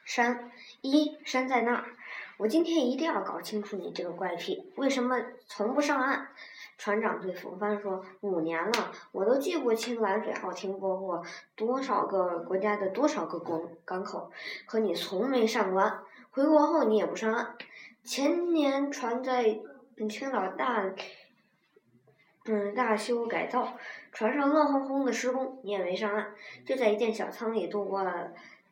山山在那儿。我今天一定要搞清楚你这个怪癖，为什么从不上岸？船长对冯帆说：“5年了，我都记不清蓝水号停泊过多少个国家的多少个港口，可你从没上过岸。回国后你也不上岸。前年船在青岛大修改造，船上乱哄哄的施工，你也没上岸，就在一间小舱里度过了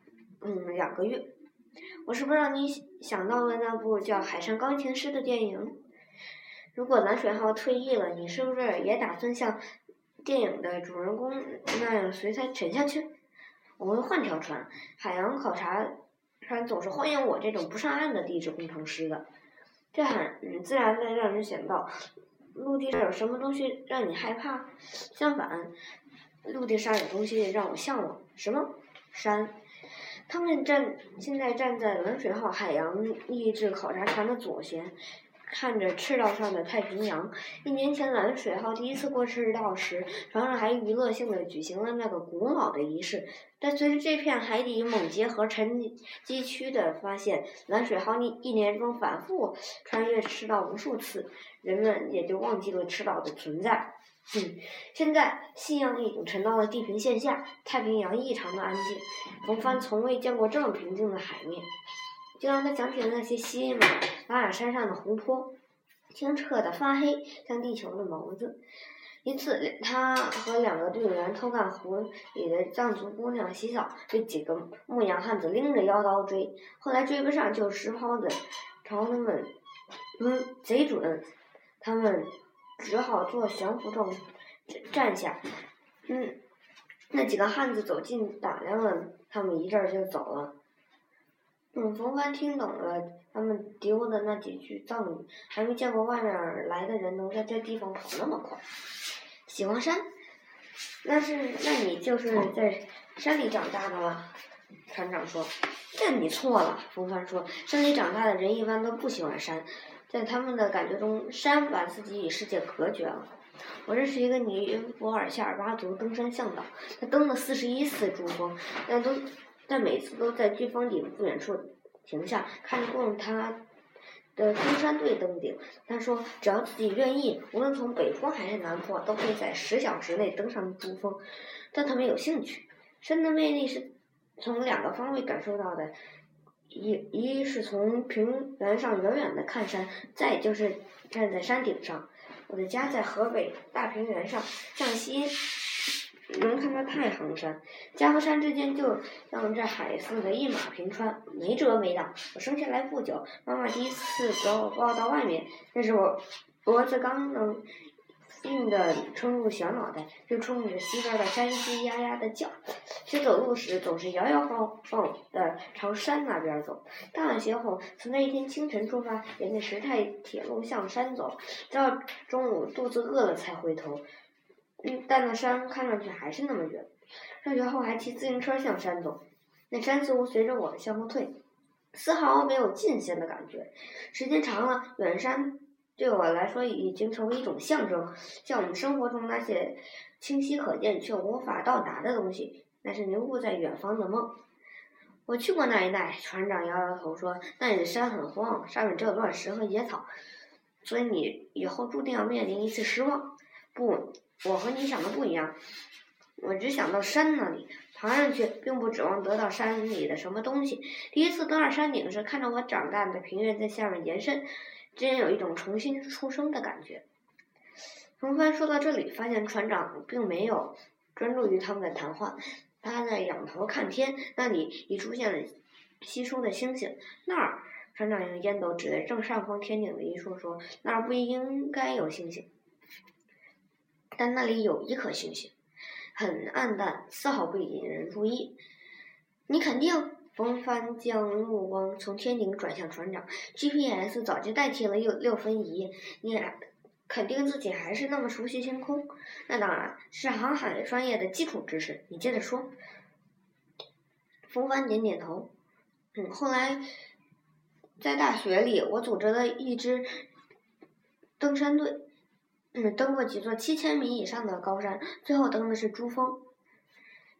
2个月。我是不是让你想到了那部叫《海上钢琴师》的电影？如果蓝水号退役了，你是不是也打算像电影的主人公那样随它沉下去？我会换条船，海洋考察船总是欢迎我这种不上岸的地质工程师的。这很自然的让人想到，陆地上有什么东西让你害怕？相反，陆地上有东西让我向往。什么？山。他们现在站在蓝水号海洋意志考察船的左舷，看着赤道上的太平洋。1年前蓝水号第一次过赤道时，船上还娱乐性的举行了那个古老的仪式。但随着这片海底猛结和沉积区的发现，蓝水号1年中反复穿越赤道无数次，人们也就忘记了赤道的存在。现在夕阳已经沉到了地平线下，太平洋异常的安静。冯帆从未见过这么平静的海面，就让他想起了那些西马拉雅山上的湖泊，清澈的发黑，像地球的眸子。一次，他和2个队员偷看湖里的藏族姑娘洗澡，被几个牧羊汉子拎着腰刀追，后来追不上就石抛子朝他们贼准，他们只好做悬浮状站下。那几个汉子走近打量了他们一阵儿就走了。冯帆听懂了他们丢的那几句藏语，还没见过外面来的人能在这地方跑那么快。喜欢山？那你就是在山里长大的了？船长说。这你错了，冯帆说，山里长大的人一般都不喜欢山，在他们的感觉中，山把自己与世界隔绝了。我认识一个尼泊尔夏尔巴族登山向导，他登了41次珠峰，但每次都在巨峰顶不远处停下，看供他的登山队登顶。他说，只要自己愿意，无论从北坡还是南坡，都可以在10小时内登上珠峰。但他没有兴趣。山的魅力是从2个方面感受到的，一是从平原上远远的看山，再就是站在山顶上。我的家在河北大平原上，向西能看到太行山，家和山之间就像这海似的一马平川，没遮没挡。我生下来不久，妈妈第一次把我抱到外面，那时我脖子刚能硬的撑入小脑袋，就冲着西边的山鸡呀呀的叫。学走路时总是摇摇晃晃的朝山那边走。大了些后，曾在一天清晨出发，沿着石太铁路向山走，直到中午肚子饿了才回头。但那山看上去还是那么远。上学后还骑自行车向山走，那山似乎随着我向后退，丝毫没有近些的感觉。时间长了，远山对我来说已经成为一种象征，像我们生活中那些清晰可见却无法到达的东西，那是凝固在远方的梦。我去过那一带，船长摇摇头说，那里的山很荒，上面只有乱石和野草，所以你以后注定要面临一次失望。不，我和你想的不一样，我只想到山那里，爬上去并不指望得到山里的什么东西。第一次登上山顶时，看着我长大的平原在下面延伸，真有一种重新出生的感觉。冯帆说到这里，发现船长并没有专注于他们的谈话，他在仰头看天，那里已出现了稀疏的星星。那儿，船长用烟斗指着正上方天顶的一处说，那儿不应该有星星，但那里有一颗星星，很暗淡，丝毫不引人注意。你肯定？冯帆将目光从天顶转向船长。GPS 早就代替了6分仪，你肯定自己还是那么熟悉星空？那当然是航海专业的基础知识。你接着说。冯帆点点头。后来在大学里，我组织了一支登山队，登过几座7000米以上的高山，最后登的是珠峰。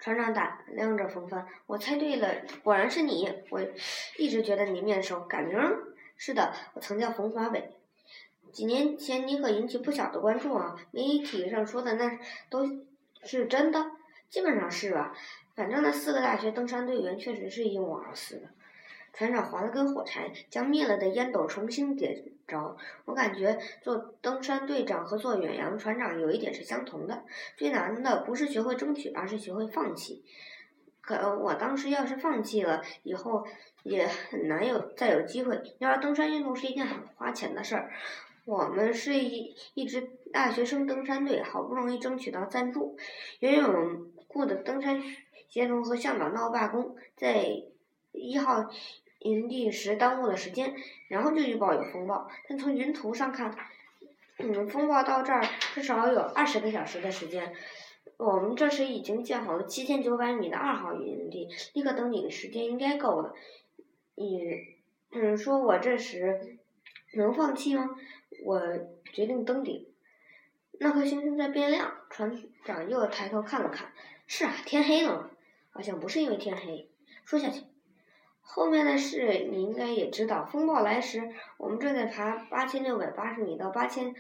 船长打量着风帆，我猜对了，果然是你。我一直觉得你面熟，改名儿？是的，我曾叫冯华伟。几年前你可引起不小的关注啊，媒体上说的那都是真的，基本上是吧。反正那4个大学登山队员确实是因我而死的。船长划了根火柴，将灭了的烟斗重新点着。我感觉做登山队长和做远洋船长有一点是相同的，最难的不是学会争取，而是学会放弃。可我当时要是放弃了，以后也很难再有机会。要是登山运动是一件很花钱的事儿，我们是一支大学生登山队，好不容易争取到赞助，原有雇的登山协同和向导闹罢工，在1号营地时耽误了时间，然后就预报有风暴。但从云图上看，风暴到这儿至少有20个小时的时间。我们这时已经建好了7900米的2号营地，立刻登顶时间应该够了。你说我这时能放弃吗？我决定登顶。那颗星星在变亮，船长又抬头看了看。是啊，天黑了嘛。好像不是因为天黑。说下去。后面的事你应该也知道，风暴来时，我们正在爬8680米到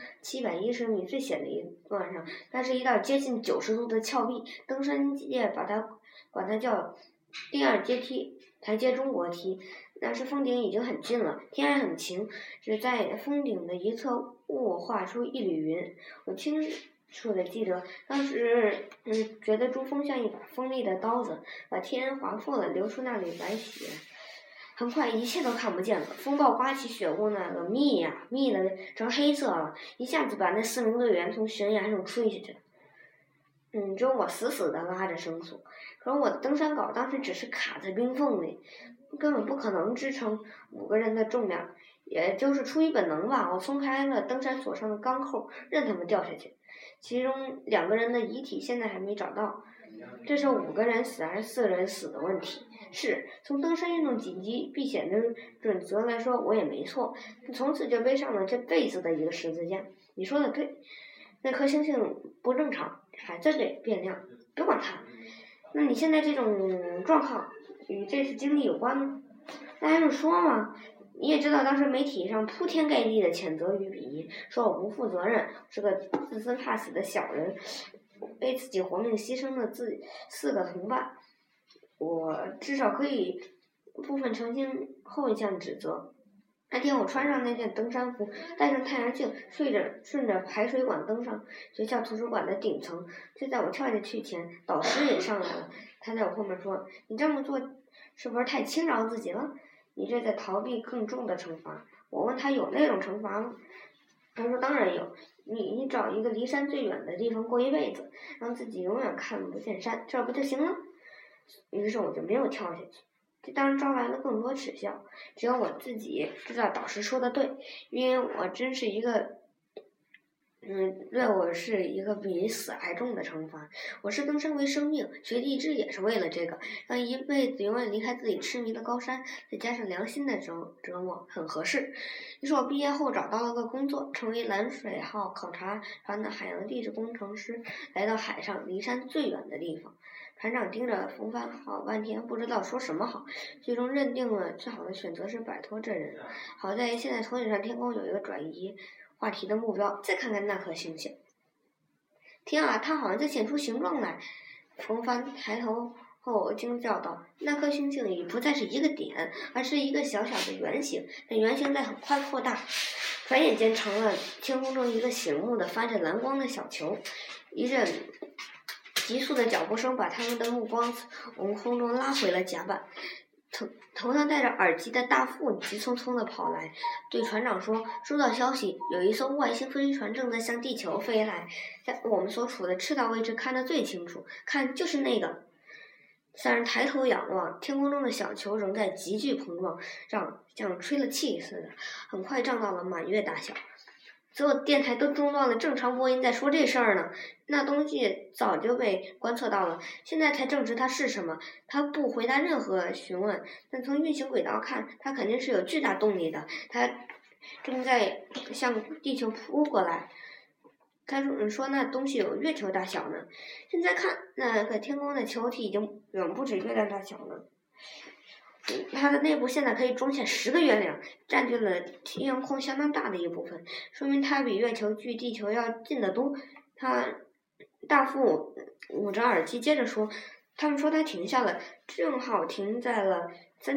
8710米最险的一段上，那是一道接近90度的峭壁，登山界管它叫第2阶梯，台阶中国梯。那时峰顶已经很近了，天还很晴，只在峰顶的一侧雾画出一缕云。我清楚地记得，当时觉得珠峰像一把锋利的刀子，把天划破了，流出那缕白血。很快一切都看不见了，风暴刮起雪雾，那个密了成黑色了，一下子把那4名队员从悬崖上吹下去了。只有我死死地拉着绳索，可是我的登山镐当时只是卡在冰缝里，根本不可能支撑5个人的重量。也就是出于本能吧，我松开了登山锁上的钢扣，任他们掉下去。其中2个人的遗体现在还没找到，这是5个人死还是4个人死的问题。是从登山运动紧急避险的准则来说，我也没错。从此就背上了这辈子的一个十字架。你说的对，那颗星星不正常，还在变亮，别管它。那你现在这种状况与这次经历有关吗？那还用说吗？你也知道，当时媒体上铺天盖地的谴责与鄙夷，说我不负责任，是个自尊怕死的小人，为自己活命牺牲了4个同伴。我至少可以部分澄清后一项指责。那天我穿上那件登山服，戴上太阳镜，顺着排水管登上学校图书馆的顶层。就在我跳下去前，导师也上来了。他在我后面说：“你这么做是不是太轻饶自己了？你这在逃避更重的惩罚。”我问他有那种惩罚吗？他说：“当然有。你找一个离山最远的地方过一辈子，让自己永远看不见山，这不就行了？”于是我就没有跳下去，这当然招来了更多耻笑。只有我自己知道导师说的对，因为我真是一个，对我是一个比死还重的惩罚。我视登山为生命，学地质也是为了这个，让一辈子永远离开自己痴迷的高山，再加上良心的折磨，很合适。于是我毕业后找到了个工作，成为蓝水号考察船的海洋地质工程师，来到海上离山最远的地方。船长盯着风帆好半天，不知道说什么好，最终认定了最好的选择是摆脱这人。好在现在头顶上天空有一个转移话题的目标，再看看那颗星星。天啊，它好像在显出形状来！风帆抬头后惊叫道：“那颗星星已不再是一个点，而是一个小小的圆形。那圆形在很快扩大，转眼间成了天空中一个醒目的发着蓝光的小球。一阵急速的脚步声把他们的目光从空中拉回了甲板。头上戴着耳机的大副急匆匆地跑来，对船长说：“收到消息，有一艘外星飞船正在向地球飞来，在我们所处的赤道位置看得最清楚，看就是那个。”3人抬头仰望，天空中的小球仍在急剧膨胀，像吹了气似的，很快胀到了满月大小。所有电台都中断了正常播音，在说这事儿呢。那东西早就被观测到了，现在才证实它是什么。它不回答任何询问，但从运行轨道看，它肯定是有巨大动力的。它正在向地球扑过来。 他说那东西有月球大小呢。现在看那个天空的球体已经远不止月亮大小了。它的内部现在可以装下10个月亮，占据了天空相当大的一部分，说明它比月球距地球要近得多。大副捂着耳机接着说，他们说它停下了，正好停在了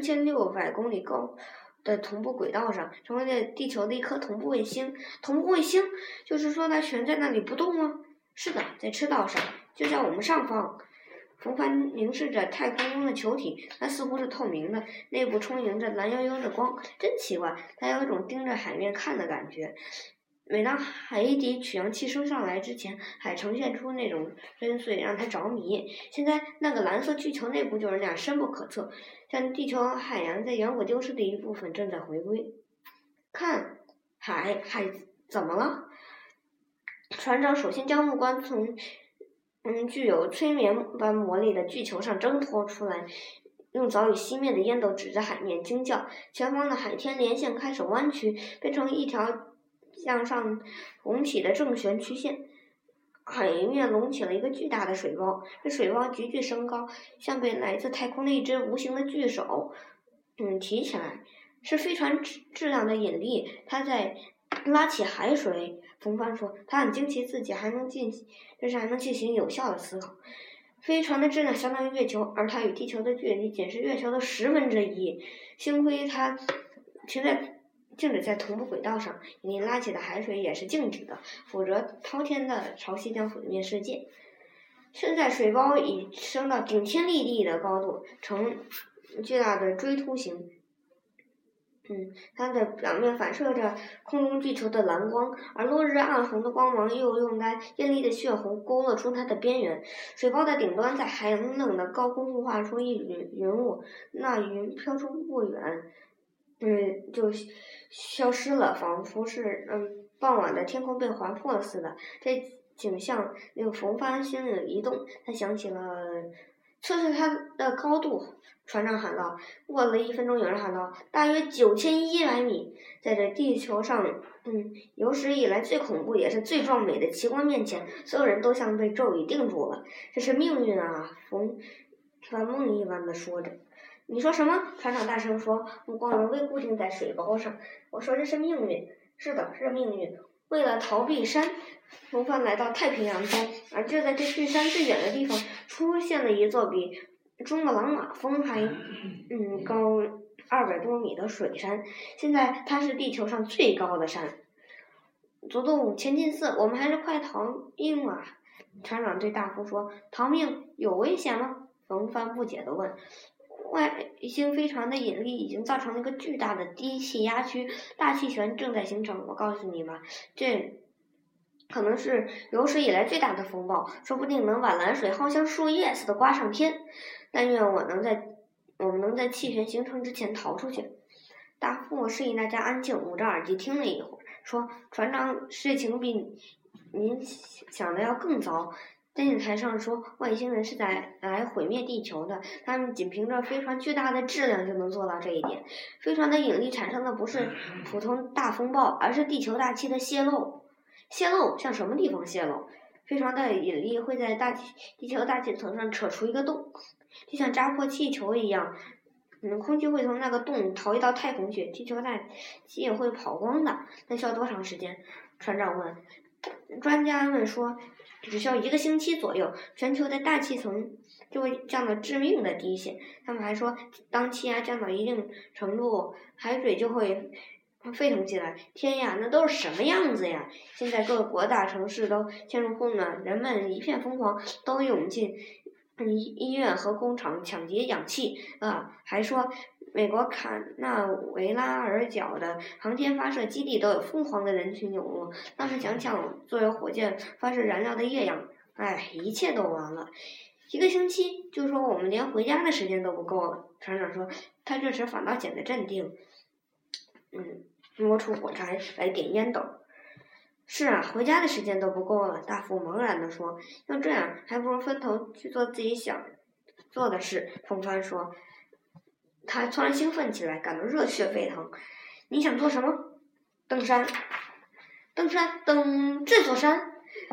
3600公里高的同步轨道上，成为了地球的一颗同步卫星。同步卫星就是说它悬在那里不动吗？是的，在赤道上，就在我们上方。冯帆凝视着太空中的球体，它似乎是透明的，内部充盈着蓝悠悠的光，真奇怪，它有一种盯着海面看的感觉。每当海底取样器升上来之前，海呈现出那种深邃，让它着迷。现在那个蓝色巨球内部就是那样深不可测，像地球海洋在远古丢失的一部分正在回归。看，海怎么了？船长首先将目光从具有催眠般魔力的巨球上挣脱出来，用早已熄灭的烟斗指着海面惊叫。前方的海天连线开始弯曲，变成一条向上隆起的正弦曲线。海面隆起了一个巨大的水包，这水包急剧升高，像被来自太空的一只无形的巨手提起来。是飞船质量的引力，它在拉起海水。冯帆说，他很惊奇自己还能进行有效的思考。飞船的质量相当于月球，而它与地球的距离仅是月球的1/10。幸亏它静止在同步轨道上，引力拉起的海水也是静止的，否则滔天的潮汐将毁灭世界。现在水包已升到顶天立地的高度，呈巨大的锥突形。它的表面反射着空中巨球的蓝光，而落日暗红的光芒又用来艳丽的血红勾勒出它的边缘。水包的顶端在寒冷的高空雾化出一缕云雾，那云飘出不远，就消失了，仿佛是傍晚的天空被划破了似的。这景象令冯帆心里一动，他想起了测试它的高度。船长喊道。过了1分钟，有人喊道，大约9100米。在这地球上有史以来最恐怖也是最壮美的奇观面前，所有人都像被咒语定住了。这是命运啊，冯帆梦一般的说着。你说什么？船长大声说，目光仍被固定在水包上。我说这是命运。是的，是命运。为了逃避山，冯帆来到太平洋中，而就在这距山最远的地方，出现了一座比珠穆朗玛峰还高200多米的水山。现在它是地球上最高的山。足动前进4，我们还是快逃命吧。船长对大副说。逃命有危险吗？冯帆不解地问。外星飞船的引力已经造成了一个巨大的低气压区，大气旋正在形成。我告诉你吧，这可能是有史以来最大的风暴，说不定能把蓝水好像树叶似的刮上天。但愿我们能在气旋形成之前逃出去。大副示意大家安静，捂着耳机听了一会儿，说：“船长，事情比您想的要更糟。电视台上说，外星人是来毁灭地球的，他们仅凭着飞船巨大的质量就能做到这一点。飞船的引力产生的不是普通大风暴，而是地球大气的泄漏。泄漏向什么地方泄漏？飞船的引力会在地球大气层上扯出一个洞，就像扎破气球一样。空气会从那个洞逃逸到太空去，地球大气也会跑光的。那需要多长时间？船长问。专家们说，只需要1个星期左右，全球的大气层就会降到致命的低线。他们还说，当气压降到一定程度，海水就会沸腾起来。天呀，那都是什么样子呀！现在各国大城市都陷入混乱，人们一片疯狂，都涌进医院和工厂抢劫氧气还说美国卡纳维拉尔角的航天发射基地都有疯狂的人群涌入，他们想抢作为火箭发射燃料的液氧。一切都完了。1个星期，就说我们连回家的时间都不够了。船长说，他这时反倒显得镇定，摸出火柴来点烟斗。是啊，回家的时间都不够了。大副茫然地说，要这样，还不如分头去做自己想做的事。冯帆说。他突然兴奋起来，感到热血沸腾。你想做什么？登山，登这座山。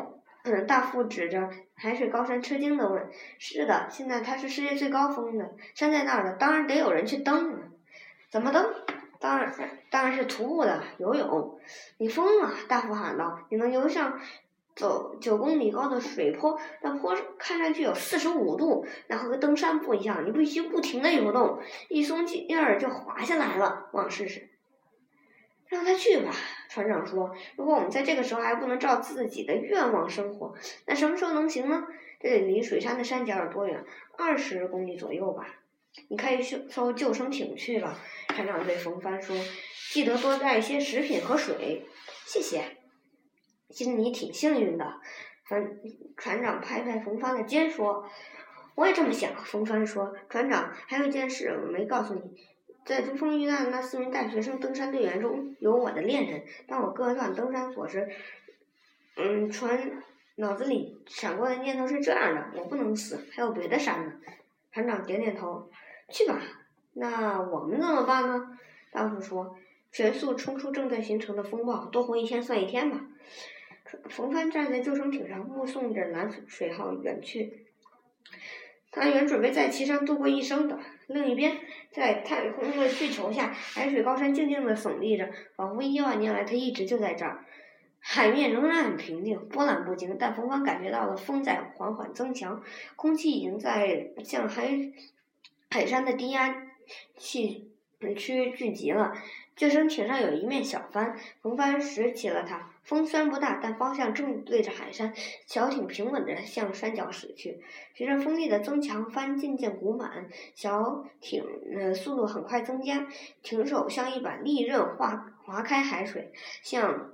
大副指着海水高山吃惊地问：“是的，现在它是世界最高峰的，山在那儿的，当然得有人去登了。怎么登？当然是徒步的，游泳。”“你疯了！”大副喊道，“你能游上走9公里高的水坡，那坡看上去有45度，那和登山不一样，你必须不停地游动，一松劲儿就滑下来了。往试试。”“让他去吧。”船长说，“如果我们在这个时候还不能照自己的愿望生活，那什么时候能行呢？这里离水山的山脚有多远？20公里左右吧。你可以艘救生艇去了。”船长对冯帆说，“记得多带一些食品和水。”“谢谢。”“其实你挺幸运的。”船长拍拍冯帆的肩说。“我也这么想。”冯帆说，“船长，还有一件事我没告诉你。在珠峰遇难的那4名大学生登山队员中有我的恋人。当我割断登山锁时，船脑子里闪过的念头是这样的：我不能死，还有别的山呢。”船长点点头，“去吧。”“那我们怎么办呢？”大副说，“全速冲出正在形成的风暴，多活一天算一天吧。”冯帆站在救生艇上，目送着蓝水号远去。他原准备在其上度过一生的。另一边，在太空的巨球下，海水高山静静地耸立着，仿佛1万年来它一直就在这儿。海面仍然很平静，波澜不惊，但冯帆感觉到了风在缓缓增强，空气已经在向海山的低压气区聚集了。救生艇上有一面小帆，冯帆拾起了它。风虽然不大，但方向正对着海山，小艇平稳地向山脚驶去。随着风力的增强，帆渐渐鼓满，小艇速度很快增加，艇手像一把利刃划开海水，向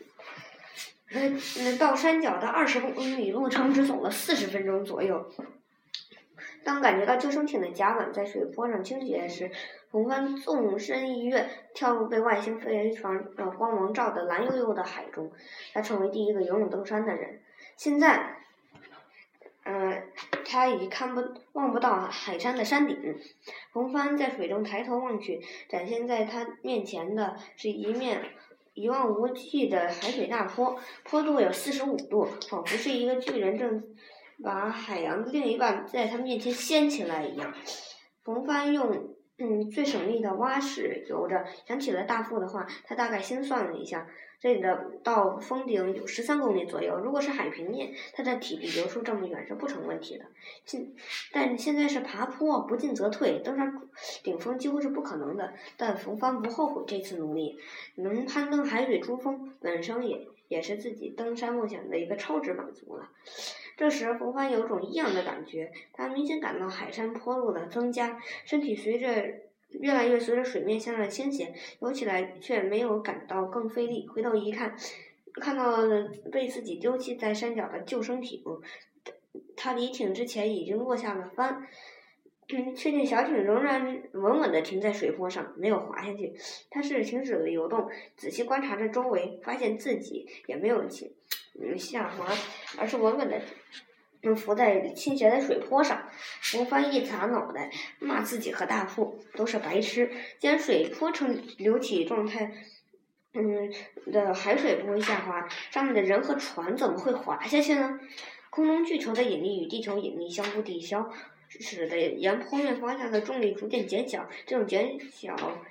到山脚的20公里路程只走了40分钟左右。当感觉到救生艇的甲板在水坡上倾斜时，冯帆纵身一跃，跳入被外星飞船光芒照得蓝悠悠的海中。他成为第一个游泳登山的人。现在，他已望不到海山的山顶。冯帆在水中抬头望去，展现在他面前的是一望无际的海水大坡，坡度有45度，仿佛是一个巨人正把海洋的另一半在他面前掀起来一样。冯帆用最省力的蛙式游着，想起了大副的话，他大概心算了一下，这里的到峰顶有13公里左右，如果是海平面，他的体力游出这么远是不成问题的。但现在是爬坡，不进则退，登上顶峰几乎是不可能的。但冯帆不后悔这次努力，能攀登海水珠峰，本身也是自己登山梦想的一个超值满足了。这时冯帆有种异样的感觉，他明显感到海山坡度的增加，身体越来越随着水面向上倾斜，游起来却没有感到更费力。回头一看，看到了被自己丢弃在山脚的救生艇，他离艇之前已经落下了帆，确定小艇仍然稳稳地停在水坡上，没有滑下去。他是停止了游动，仔细观察着周围，发现自己也没有下滑，而是稳稳地浮在倾斜的水坡上。冯帆一砸脑袋，骂自己和大副都是白痴。既然水坡呈流体状态，的海水不会下滑，上面的人和船怎么会滑下去呢？空中巨球的引力与地球引力相互抵消，使得沿坡面方向的重力逐渐减小。这种减小，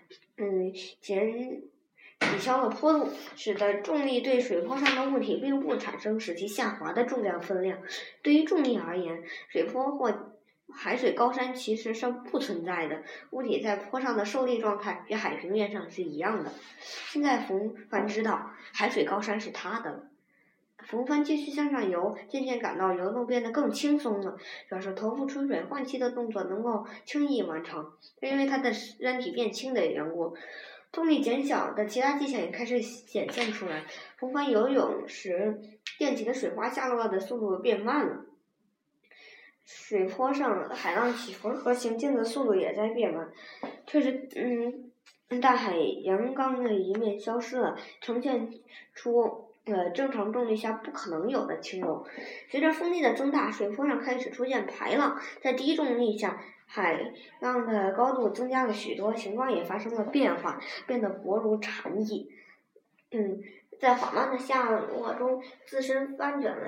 抵消了坡度，使得重力对水坡上的物体并不产生使其下滑的重量分量。对于重力而言，水坡或海水高山其实是不存在的，物体在坡上的受力状态与海平面上是一样的。现在冯帆知道海水高山是他的了。冯帆继续向上游，渐渐感到游动变得更轻松了，表示头部出水换气的动作能够轻易完成，因为他的身体变轻的缘故。重力减小的其他迹象也开始显现出来。冯帆游泳时溅起的水花下落的速度变慢了，水坡上海浪起伏和行进的速度也在变慢，却是大海阳刚的一面消失了，呈现出正常重力下不可能有的轻柔。随着风力的增大，水坡上开始出现排浪，在低重力下，海浪的高度增加了许多，形状也发生了变化，变得薄如蝉翼。在缓慢的下落中，自身翻卷了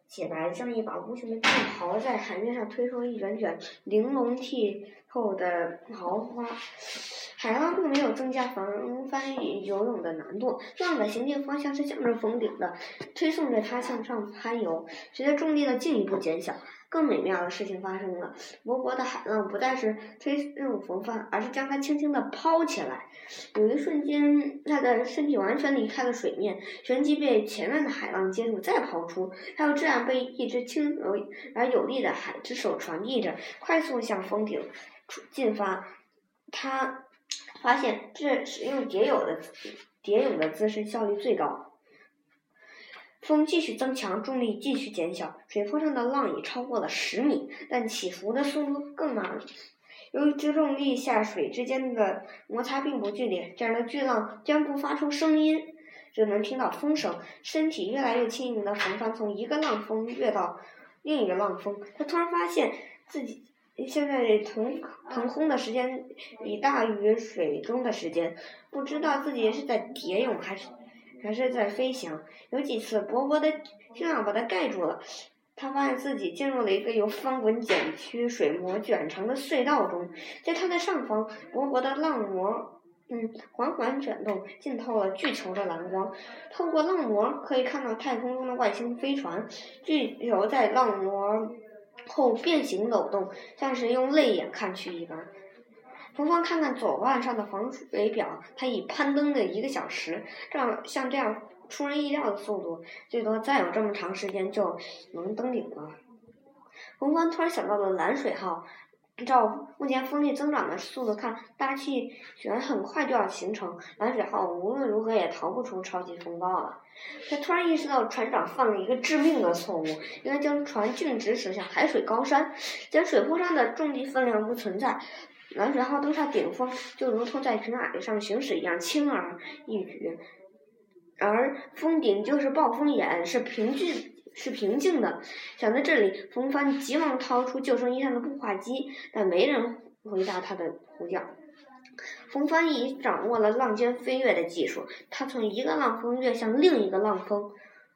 起来，像一把无形的劲袍在海面上推出一卷卷玲珑剔透的桃花。海浪并没有增加风帆游泳的难度，浪的行进方向是向着峰顶的，推送着它向上攀游，使得重力的进一步减小。更美妙的事情发生了，勃勃的海浪不再是推动风帆，而是将它轻轻地抛起来。有一瞬间，他的身体完全离开了水面，旋即被前面的海浪接住，再抛出。他又这样被一只轻柔而有力的海之手传递着，快速向峰顶进发。他发现这使用蝶泳的姿势效率最高。风继续增强，重力继续减小，水坡上的浪已超过了10米，但起伏的速度更慢了。由于支重力下水之间的摩擦并不剧烈，这样的巨浪将不发出声音，只能听到风声。身体越来越轻盈的风帆从一个浪峰跃到另一个浪峰，他突然发现自己现在腾空的时间已大于水中的时间，不知道自己是在蝶泳还是在飞翔。有几次勃勃的巨浪把它盖住了，他发现自己进入了一个由翻滚卷曲水膜卷成的隧道中，在它的上方，勃勃的浪膜缓缓卷动，浸透了巨球的蓝光。透过浪膜可以看到太空中的外星飞船，巨球在浪膜后变形抖动，像是用泪眼看去一般。冯芳看看左腕上的防水表，他已攀登了1个小时，像这样出人意料的速度，最多再有这么长时间就能登顶了。冯芳突然想到了蓝水号，照目前风力增长的速度看，大气旋很快就要形成，蓝水号无论如何也逃不出超级风暴了。他突然意识到船长犯了一个致命的错误，应该将船径直驶向海水高山，将水坡上的重力分量不存在。蓝水号登上顶峰，就如同在尘埃上行驶一样轻而易举，而峰顶就是暴风眼，是平静的。想到这里，冯帆急忙掏出救生衣上的步话机，但没人回答他的呼叫。冯帆已掌握了浪尖飞跃的技术，他从一个浪峰跃向另一个浪峰，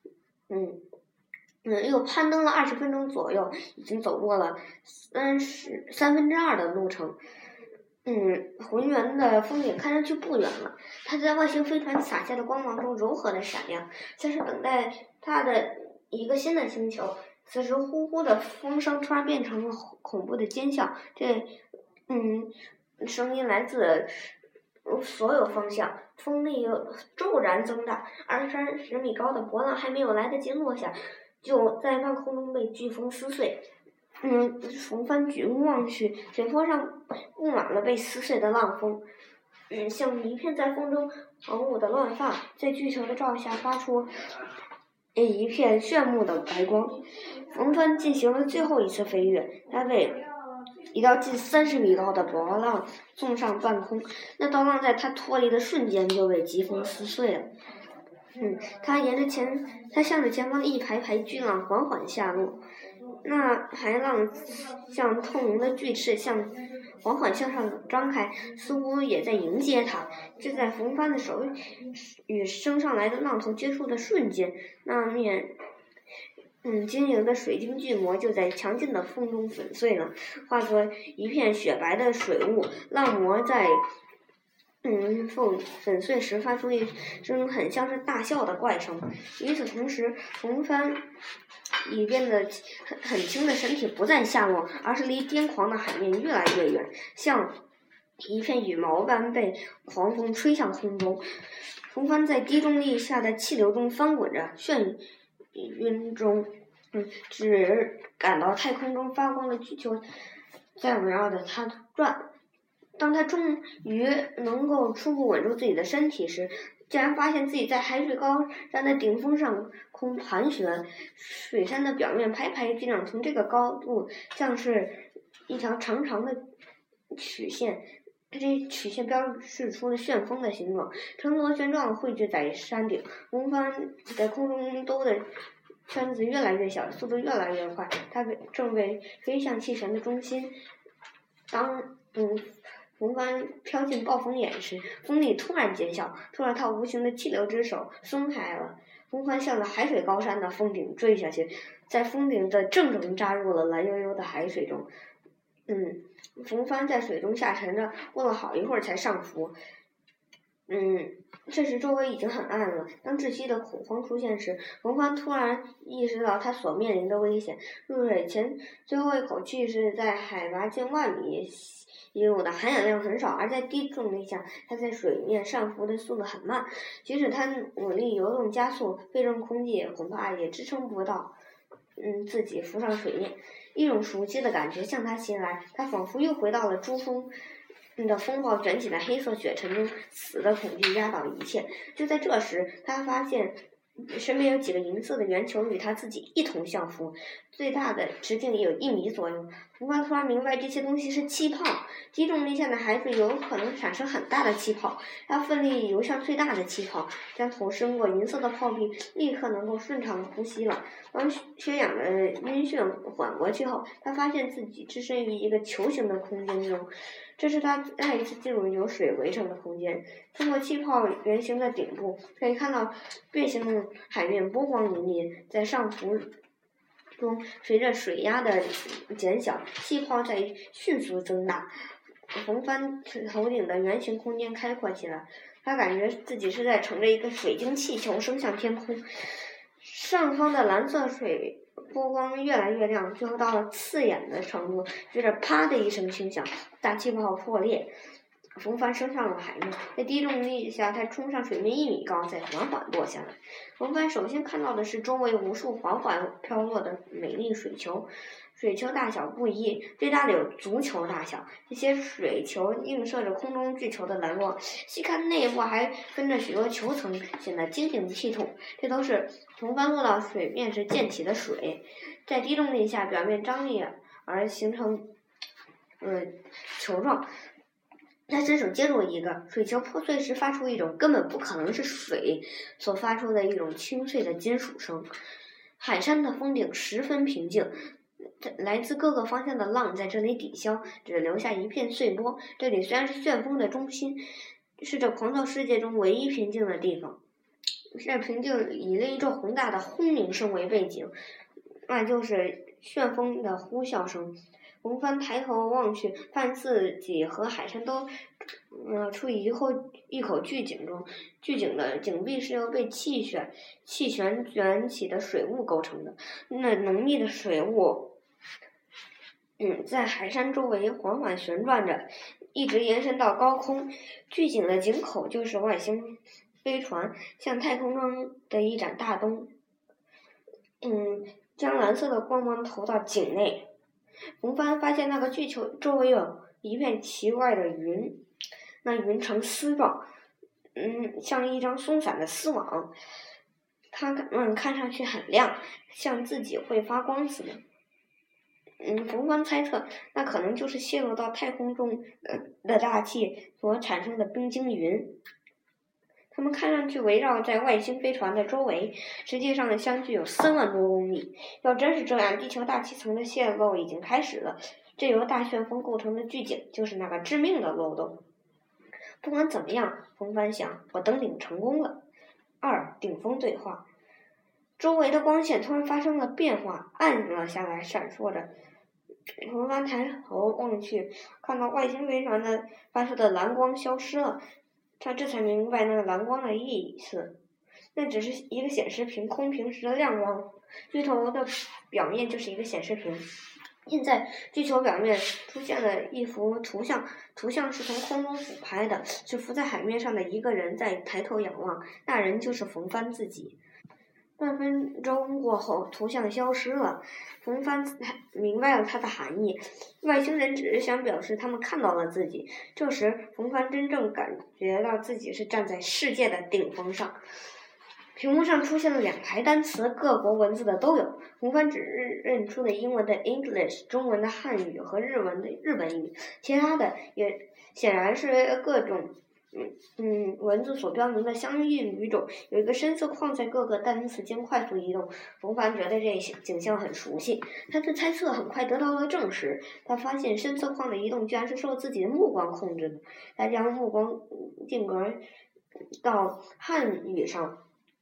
又攀登了20分钟左右，已经走过了2/3的路程。浑圆的峰顶看上去不远了，它在外星飞船洒下的光芒中柔和的闪亮，像是等待它的一个新的星球。此时呼呼的风声突然变成了恐怖的尖叫，这声音来自所有方向，风力骤然增大，20-30米高的波浪还没有来得及落下，就在半空中被飓风撕碎。冯帆举目望去，水坡上布满了被撕碎的浪峰，像一片在风中狂舞的乱发，在巨球的照下发出一片炫目的白光。冯帆进行了最后一次飞跃，他被一道近30米高的波浪送上半空，那道浪在他脱离的瞬间就被疾风撕碎了。他向着前方的一排排巨浪缓缓下落，那海浪像透明的巨翅，缓缓向上张开，似乎也在迎接他。就在冯帆的手与升上来的浪头接触的瞬间，那面晶莹的水晶巨膜就在强劲的风中粉碎了，化作一片雪白的水雾。浪膜在粉碎时发出一声很像是大笑的怪声。与此同时，冯帆已变得很轻的身体不再下落，而是离癫狂的海面越来越远，像一片羽毛般被狂风吹向空中。冯帆在低重力下的气流中翻滚着，眩晕中只感到太空中发光的巨球在围绕着他转。当他终于能够初步稳住自己的身体时，竟然发现自己在海水高山的顶峰上空盘旋，水山的表面排排巨浪从这个高度像是一条长长的曲线，这曲线标示出了旋风的形状，呈螺旋状汇聚在山顶。冯帆在空中兜的圈子越来越小，速度越来越快，他正被飞向气旋的中心。当冯帆飘进暴风眼时，风力突然减小，突然他无形的气流之手松开了。冯帆向着海水高山的峰顶坠下去， 在峰顶的正扎入了蓝悠悠的海水中。冯帆在水中下沉着，过了好一会儿才上浮。这时周围已经很暗了。当窒息的恐慌出现时，冯帆突然意识到他所面临的危险。入水前最后一口气是在海拔近10000米吸入的，含氧量很少，而在低重力下，他在水面上浮的速度很慢。即使他努力游动加速，肺中空气恐怕也支撑不到自己浮上水面。一种熟悉的感觉向他袭来，他仿佛又回到了珠峰的风暴卷起的黑色雪尘中，死的恐惧压倒一切。就在这时，他发现身边有几个银色的圆球与他自己一同相浮，最大的直径有1米左右。冯帆突然明白这些东西是气泡，低重力下的海水有可能产生很大的气泡。他奋力游向最大的气泡，将头伸过银色的泡壁，立刻能够顺畅呼吸了。当缺氧的晕眩缓过去后，他发现自己置身于一个球形的空间中。这是他再一次进入由水围成的空间。通过气泡圆形的顶部，可以看到变形的海面波光粼粼，在上浮中随着水压的减小，气泡在迅速增大。冯帆头顶的圆形空间开阔起来，他感觉自己是在乘着一个水晶气球升向天空。上方的蓝色水波光越来越亮，最后到了刺眼的程度，随着啪的一声轻响，大气泡破裂。冯帆升上了海面，在低重力下，他冲上水面1米高，再缓缓落下来。冯帆首先看到的是周围无数缓缓飘落的美丽水球，水球大小不一，最大的有足球大小。这些水球映射着空中巨球的蓝光，细看内部还分着许多球层，显得晶莹剔透。这都是冯帆落到水面时溅起的水，在低重力下表面张力而形成球状。他伸手接住一个水球，破碎时发出一种根本不可能是水所发出的一种清脆的金属声。海山的峰顶十分平静，来自各个方向的浪在这里抵消，只留下一片碎波。这里虽然是旋风的中心，是这狂躁世界中唯一平静的地方。这平静以另一座宏大的轰鸣声为背景，那就是旋风的呼啸声。冯帆抬头望去，发现自己和海山都处于一口巨井中。巨井的井壁是由被气旋卷起的水雾构成的，那浓密的水雾在海山周围缓缓旋转着，一直延伸到高空。巨井的井口就是外星飞船向太空中的一盏大灯，将蓝色的光芒投到井内。冯帆发现那个巨球周围有一片奇怪的云，那云呈丝状，像一张松散的丝网。它们看上去很亮，像自己会发光似的。冯帆猜测，那可能就是泄露到太空中的大气所产生的冰晶云。它们看上去围绕在外星飞船的周围，实际上相距有3万多公里。要真是这样，地球大气层的泄漏已经开始了。这由大旋风构成的巨井就是那个致命的漏洞。不管怎么样，冯帆想，我登顶成功了。2. 顶峰对话。周围的光线突然发生了变化，暗了下来，闪烁着。冯帆抬头望去，看到外星飞船的发出的蓝光消失了。他这才明白那个蓝光的意思，那只是一个显示屏空屏时的亮光。巨头的表面就是一个显示屏，现在巨球表面出现了一幅图像，图像是从空中俯拍的，是浮在海面上的一个人在抬头仰望，那人就是冯帆自己。半分钟过后，图像消失了。冯帆明白了它的含义，外星人只是想表示他们看到了自己。这时，冯帆真正感觉到自己是站在世界的顶峰上。屏幕上出现了2排单词，各国文字的都有。冯帆只认出了英文的 English、中文的汉语和日文的日本语，其他的也显然是各种文字所标明的相应语种。有一个深色框在各个单词间快速移动。冯帆觉得这景象很熟悉，他的猜测很快得到了证实。他发现深色框的移动居然是受自己的目光控制的。他将目光定格到汉语上，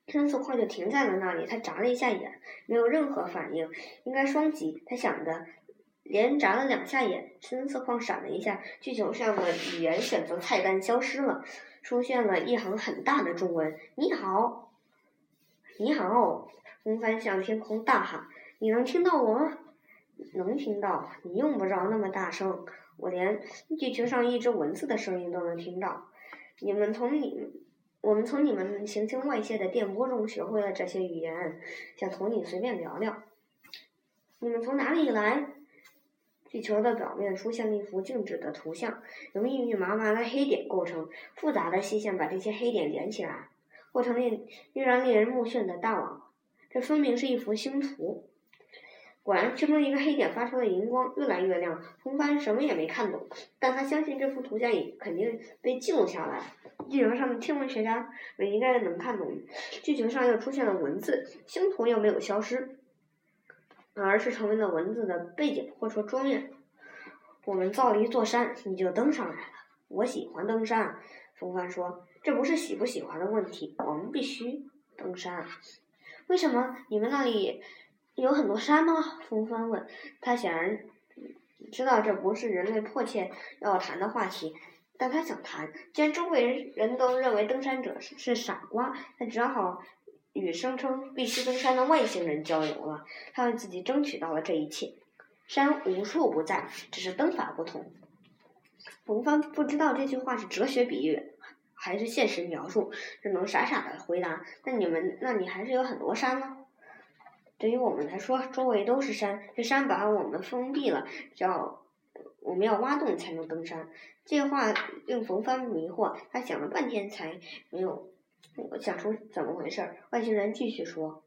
深色框就停在了那里。他眨了一下眼，没有任何反应。应该双击，他想着，连眨了2下眼，深色框闪了一下，剧情上的语言选择菜单消失了，出现了一行很大的中文：你好，你好。风帆向天空大喊：你能听到我吗？能听到，你用不着那么大声，我连剧情上一只蚊子的声音都能听到。我们从你们行星外泄的电波中学会了这些语言，想同你随便聊聊。你们从哪里来？地球的表面出现了一幅静止的图像，由密密麻麻的黑点构成，复杂的细线把这些黑点连起来，构成让人目眩的大网。这分明是一幅星图。果然，其中一个黑点发出的荧光越来越亮。风帆什么也没看懂，但他相信这幅图像也肯定被记录下来。剧情上的天文学家们应该能看懂。剧情上又出现了文字，星图又没有消失，而是成为了文字的背景或说桌面。我们造了一座山，你就登上来了。我喜欢登山，风帆说。这不是喜不喜欢的问题，我们必须登山。为什么？你们那里有很多山吗？风帆问。他显然知道这不是人类迫切要谈的话题，但他想谈。既然周围人都认为登山者是傻瓜，他只好与声称必须登山的外星人交流了。他为自己争取到了这一切。山无处不在，只是登法不同。风帆不知道这句话是哲学比喻还是现实描述，只能傻傻的回答。那你还是有很多山呢？对于我们来说，周围都是山，这山把我们封闭了，我们要挖洞才能登山。这话令冯帆迷惑，他想了半天才没有想出怎么回事。外星人继续说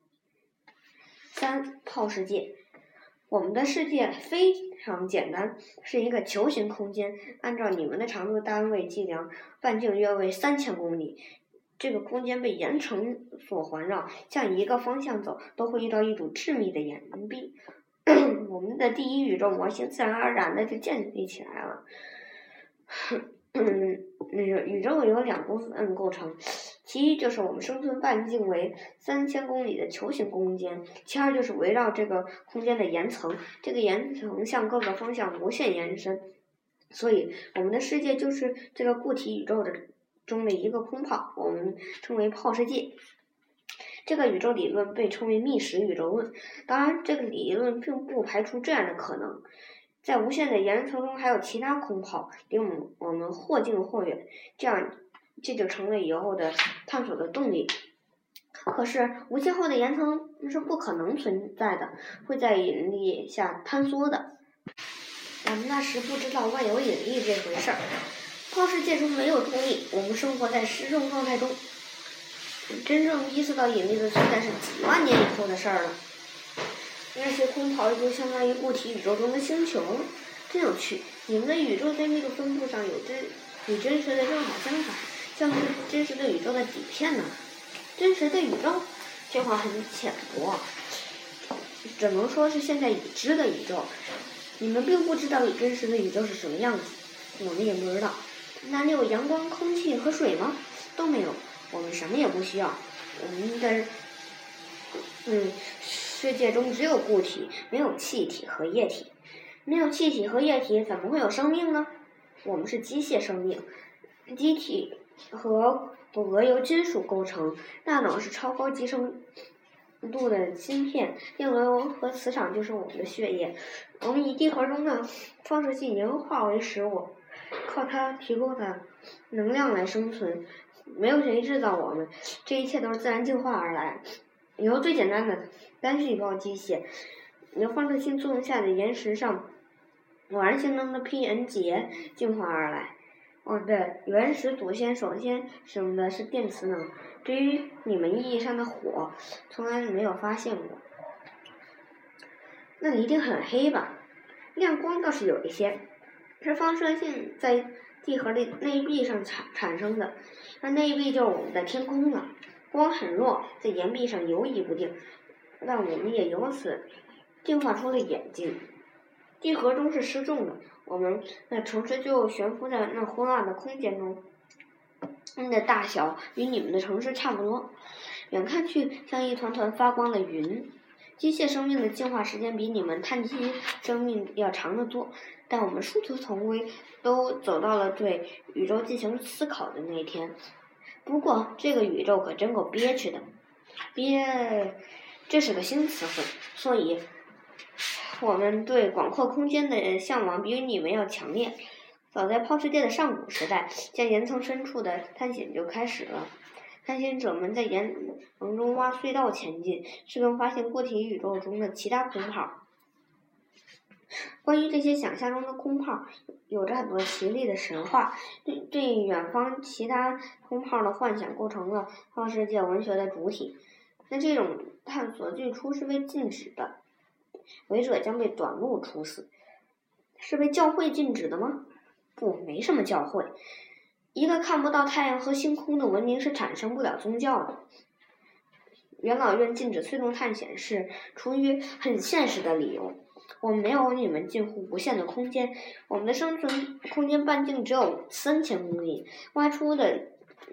：3. 泡世界。我们的世界非常简单，是一个球形空间，按照你们的长度单位计量，半径约为3000公里。这个空间被岩层所环绕，向一个方向走都会遇到一堵致密的岩壁。我们的第一宇宙模型自然而然的就建立起来了。宇宙由2部分构成，其一就是我们生存半径为3000公里的球形空间，其二就是围绕这个空间的岩层，这个岩层向各个方向无限延伸，所以我们的世界就是这个固体宇宙中的一个空泡，我们称为泡世界。这个宇宙理论被称为密实宇宙论，当然这个理论并不排除这样的可能，在无限的岩层中还有其他空泡，令我们或近或远，这就成了以后的探索的动力。可是无限厚的岩层是不可能存在的，会在引力下坍缩的。我们那时不知道万有引力这回事儿，泡世界中没有重力，我们生活在失重状态中。真正意识到引力的存在是几万年以后的事儿了。那些空泡就相当于固体宇宙中的星球，真有趣。你们的宇宙在密度分布上与真实的正好相反，像是真实的宇宙的底片呢。真实的宇宙，这话很浅薄，只能说是现在已知的宇宙。你们并不知道真实的宇宙是什么样子，我们也不知道。那里有阳光、空气和水吗？都没有。我们什么也不需要，我们的世界中只有固体，没有气体和液体。没有气体和液体，怎么会有生命呢？我们是机械生命，机体和骨骼由金属构成，大脑是超高集成度的芯片，电流和磁场就是我们的血液。我们以地核中的放射性银化为食物，靠它提供的能量来生存。没有谁制造我们，这一切都是自然进化而来。由最简单的单细胞机械，由放射性作用下的岩石上偶然形成的 PN 结进化而来。对，原始祖先首先使用的是电磁能，至于你们意义上的火，从来没有发现过。那里一定很黑吧？亮光倒是有一些，是放射性在地核的内壁上产生的，那内壁就是我们的天空了。光很弱，在岩壁上游移不定，但我们也由此进化出了眼睛。地核中是失重的，我们的城市就悬浮在那昏暗的空间中，的大小与你们的城市差不多。 远看去像一团团发光的云。机械生命的进化时间比你们碳基生命要长得多，但我们殊途同归，都走到了对宇宙进行思考的那一天。不过，这个宇宙可真够憋屈的，这是个新词汇，所以我们对广阔空间的向往比你们要强烈。早在抛世界的上古时代，向岩层深处的探险就开始了。探险者们在岩层中挖隧道前进，试图发现固体宇宙中的其他空泡。关于这些想象中的空泡，有着很多奇丽的神话。对远方其他空泡的幻想构成了抛世界文学的主体。但这种探索最初是被禁止的，违者将被短路处死。是被教会禁止的吗？不，没什么教会。一个看不到太阳和星空的文明是产生不了宗教的。元老院禁止催动探险是出于很现实的理由。我们没有你们近乎无限的空间，我们的生存空间半径只有3000公里，挖出的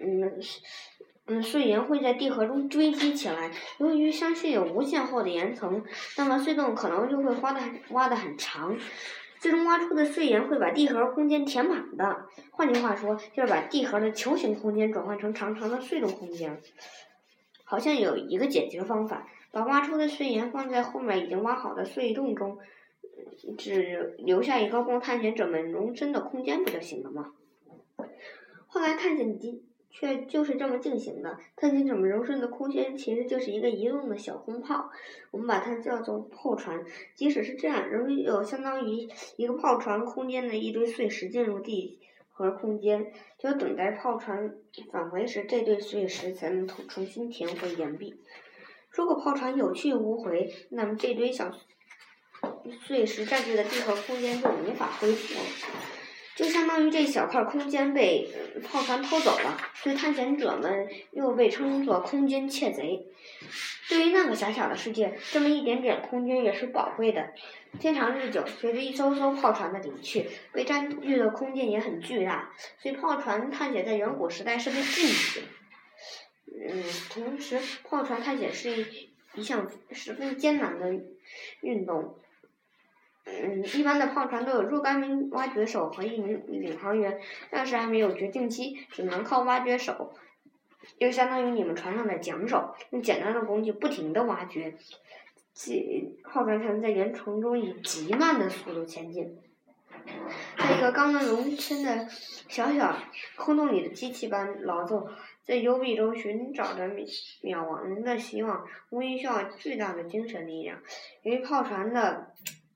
碎岩会在地核中堆积起来。由于相信有无限厚的岩层，那么隧洞可能就会挖得很长。最终挖出的碎岩会把地核空间填满的，换句话说，就是把地核的球形空间转换成长长的隧洞空间。好像有一个解决方法，把挖出的碎岩放在后面已经挖好的隧洞中，只留下一个供探险者们容身的空间不就行了吗？后来探险却就是这么进行的。探险者们容身的空间其实就是一个移动的小空泡，我们把它叫做炮船。即使是这样，仍有相当于一个炮船空间的一堆碎石进入地核空间，只有等待炮船返回时，这堆碎石才能重新填回岩壁。如果炮船有去无回，那么这堆小碎石占据的地核空间就无法恢复了。就相当于这小块空间被炮船偷走了，所以探险者们又被称作空间窃贼。对于那个狭小的世界，这么一点点空间也是宝贵的。天长日久，随着一艘艘炮船的离去，被占据的空间也很巨大，所以炮船探险在远古时代是被禁止的。同时，炮船探险是一项十分艰难的运动。一般的炮船都有若干名挖掘手和1名领航员，但是还没有绝境期，只能靠挖掘手，就相当于你们船上的桨手，用简单的工具不停地挖掘，炮船才能在岩层中以极慢的速度前进。在一个刚能容身的小空洞里的机器般劳作，在幽闭中寻找着渺茫的希望，无疑需要巨大的精神力量。由于炮船的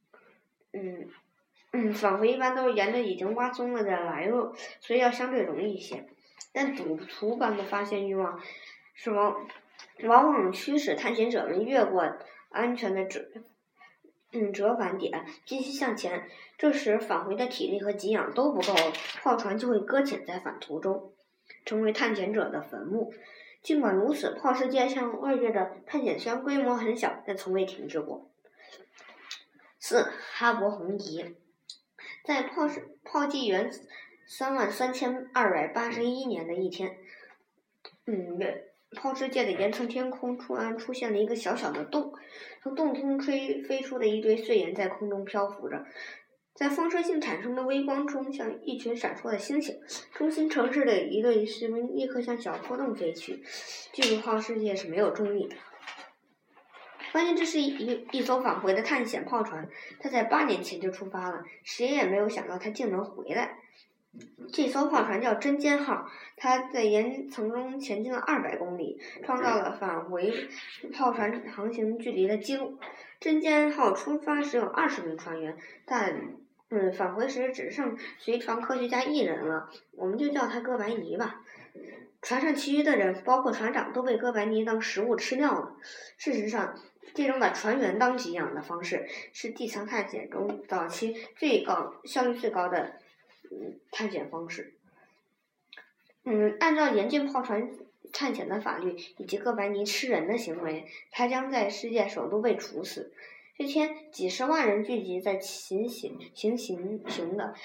返回一般都是沿着已经挖松了的来路，所以要相对容易一些。但赌徒般的发现欲望是往往驱使探险者们越过安全的折返点，继续向前。这时返回的体力和给养都不够，炮船就会搁浅在返途中，成为探险者的坟墓。尽管如此，炮世界向外界的探险虽然规模很小，但从未停止过。4. 哈勃红移。在炮纪元33281年的一天，炮世界的岩层天空突然出现了一个小小的洞，从洞中飞出的一堆碎岩在空中漂浮着，在放射性产生的微光中像一群闪烁的星星。中心城市的一队士兵立刻向小破洞飞去。巨炮世界是没有重力的。发现这是一艘返回的探险炮船，它在8年前就出发了，谁也没有想到它竟能回来。这艘炮船叫针尖号，它在岩层中前进了200公里，创造了返回炮船航行距离的记录。针尖号出发时有20名船员，但返回时只剩随船科学家1人了，我们就叫他哥白尼吧。船上其余的人，包括船长，都被哥白尼当食物吃掉了。事实上，这种把船员当给养的方式是地层探险中早期效率最高的探险方式。按照严禁炮船探险的法律以及哥白尼吃人的行为，他将在世界首都被处死。这天，几十万人聚集在行的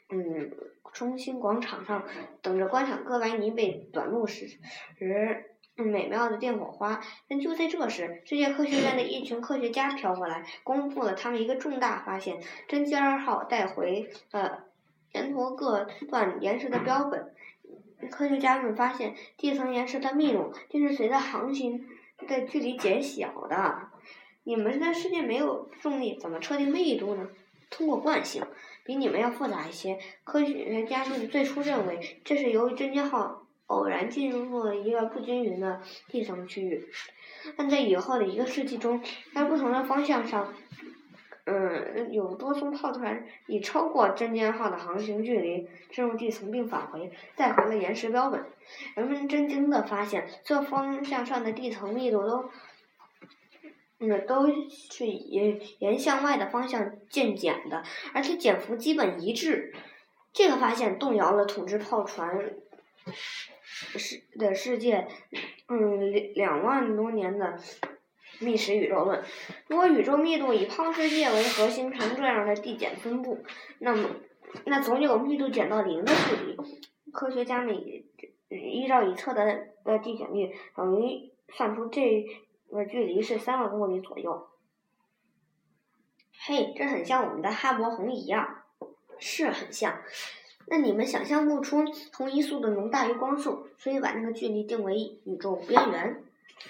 中心广场上，等着观赏哥白尼被短路时美妙的电火花。但就在这时，世界科学院的一群科学家飘过来，公布了他们一个重大发现：真机2号带回沿途各段岩石的标本。科学家们发现，地层岩石的密度竟是随着航行的距离减小的。你们的世界没有重力，怎么测定密度呢？通过惯性，比你们要复杂一些。科学家们最初认为，这是由于真机号偶然进入了一个不均匀的地层区域，但在以后的1个世纪中，在不同的方向上，有多艘炮船以超过真机号的航行距离进入地层并返回，带回了岩石标本。人们震惊地发现，这方向上的地层密度都是沿向外的方向渐减的，而且减幅基本一致。这个发现动摇了统治炮船的世界2万多年的历史宇宙论。如果宇宙密度以抛世界为核心呈这样的递减分布，那总有密度减到0的距离。科学家们依照已测的递减率，等于算出这个距离是3万公里左右。嘿，这很像我们的哈勃红移啊。是很像。那你们想象不出红移速度能大于光速，所以把那个距离定为宇宙边缘。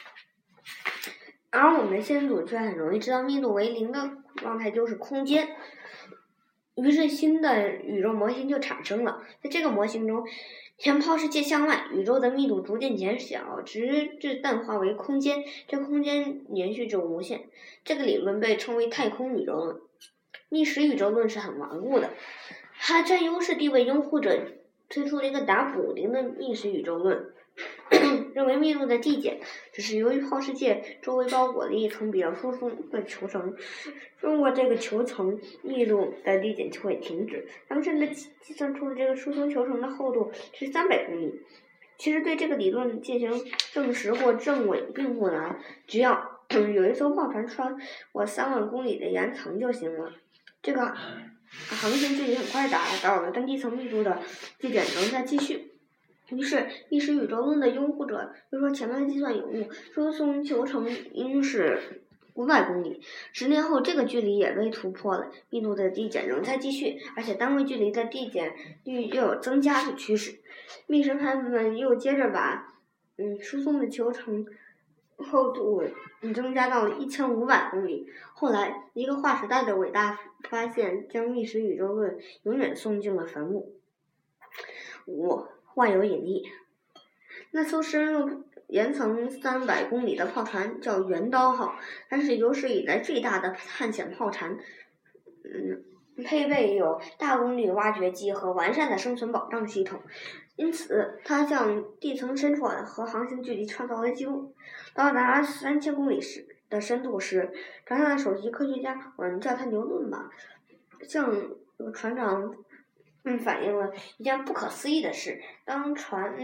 而我们先祖却很容易知道密度为0的状态就是空间。于是新的宇宙模型就产生了。在这个模型中，前抛世界向外，宇宙的密度逐渐减小，直至淡化为空间，这空间延续至无限。这个理论被称为太空宇宙论。历史宇宙论是很顽固的，它占优势地位拥护者推出了一个打补丁的历史宇宙论，认为密度的递减只是由于抛世界周围包裹了一层比较疏松的球层，通过这个球层，密度的递减就会停止。他们甚至计算出了这个疏松球层的厚度是300公里。其实对这个理论进行证实或证伪并不难，只要有一艘炮船穿过3万公里的岩层就行了。这个航行距离很快达到了，但地层密度的递减仍在继续。于是历史宇宙论的拥护者就说前面计算有误，疏松球层应是500公里。10年后，这个距离也被突破了，密度的递减仍在继续，而且单位距离的递减率又有增加的趋势。密实派们又接着把疏松的球层厚度增加到了1500公里。后来，一个划时代的伟大发现将历史宇宙论永远送进了坟墓。5. 万有引力。那艘深入岩层300公里的炮船叫圆刀号，它是有史以来最大的探险炮船。配备有大功率挖掘机和完善的生存保障系统，因此它向地层深处和航行距离创造了记录。到达3000公里的深度时，船上的首席科学家，我们叫他牛顿吧，向船长反映了一件不可思议的事：当船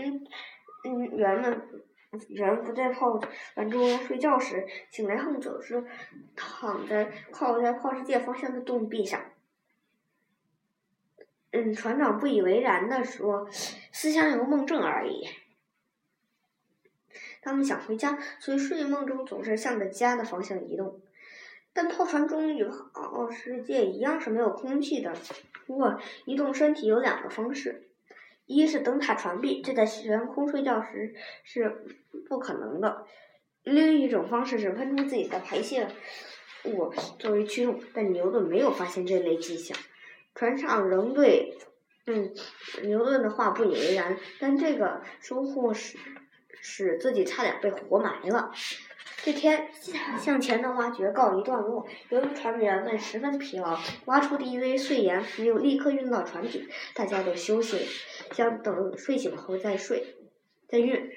员不在炮船中睡觉时，醒来后总是躺在靠在炮世界方向的洞壁上。船长不以为然地说：“思想有梦症而已。”他们想回家，所以睡梦中总是向着家的方向移动。但炮船中与世界一样是没有空气的。不过，移动身体有2个方式：一是灯塔船壁，这在悬空睡觉时是不可能的；另一种方式是喷出自己的排泄物作为驱动，但牛顿没有发现这类迹象。船上仍对牛顿的话不以为然，但这个收获使自己差点被活埋了。这天向前的挖掘告一段落，由于船员们十分疲劳，挖出的一堆碎岩没有立刻运到船底，大家都休息了，想等睡醒后再运。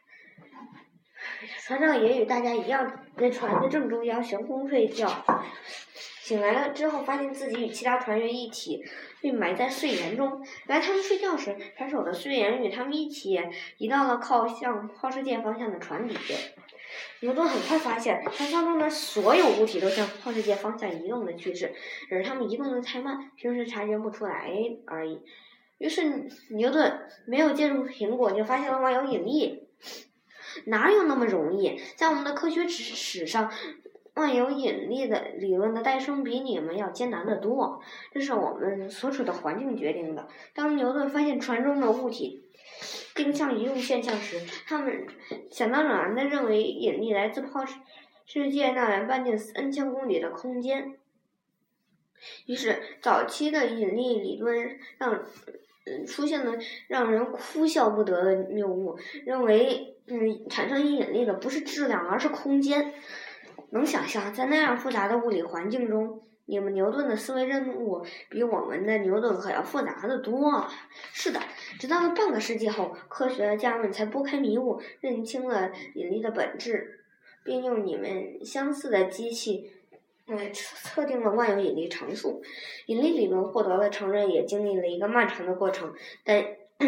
船长也与大家一样，在船的正中央悬空睡觉。醒来了之后，发现自己与其他船员一起被埋在碎岩中。原来他们睡觉时，船首的碎岩与他们一起移到了靠向炮世界方向的船底。牛顿很快发现，船舱中的所有物体都向炮世界方向移动的趋势，只是它们移动的太慢，平时察觉不出来而已。于是牛顿没有借助苹果，就发现了万有引力。 哪有那么容易？在我们的科学史上，万有引力的理论的诞生比你们要艰难得多，这是我们所处的环境决定的。当牛顿发现船中的物体定向移动现象时，他们想当然地认为引力来自抛世界那半径3000公里的空间。于是，早期的引力理论出现了让人哭笑不得的谬误，认为产生引力的不是质量，而是空间。能想象，在那样复杂的物理环境中，你们牛顿的思维任务比我们的牛顿可要复杂得多。是的，直到了半个世纪后，科学家们才拨开迷雾，认清了引力的本质，并用你们相似的机器测定了万有引力常数。引力理论获得了承认，也经历了一个漫长的过程，但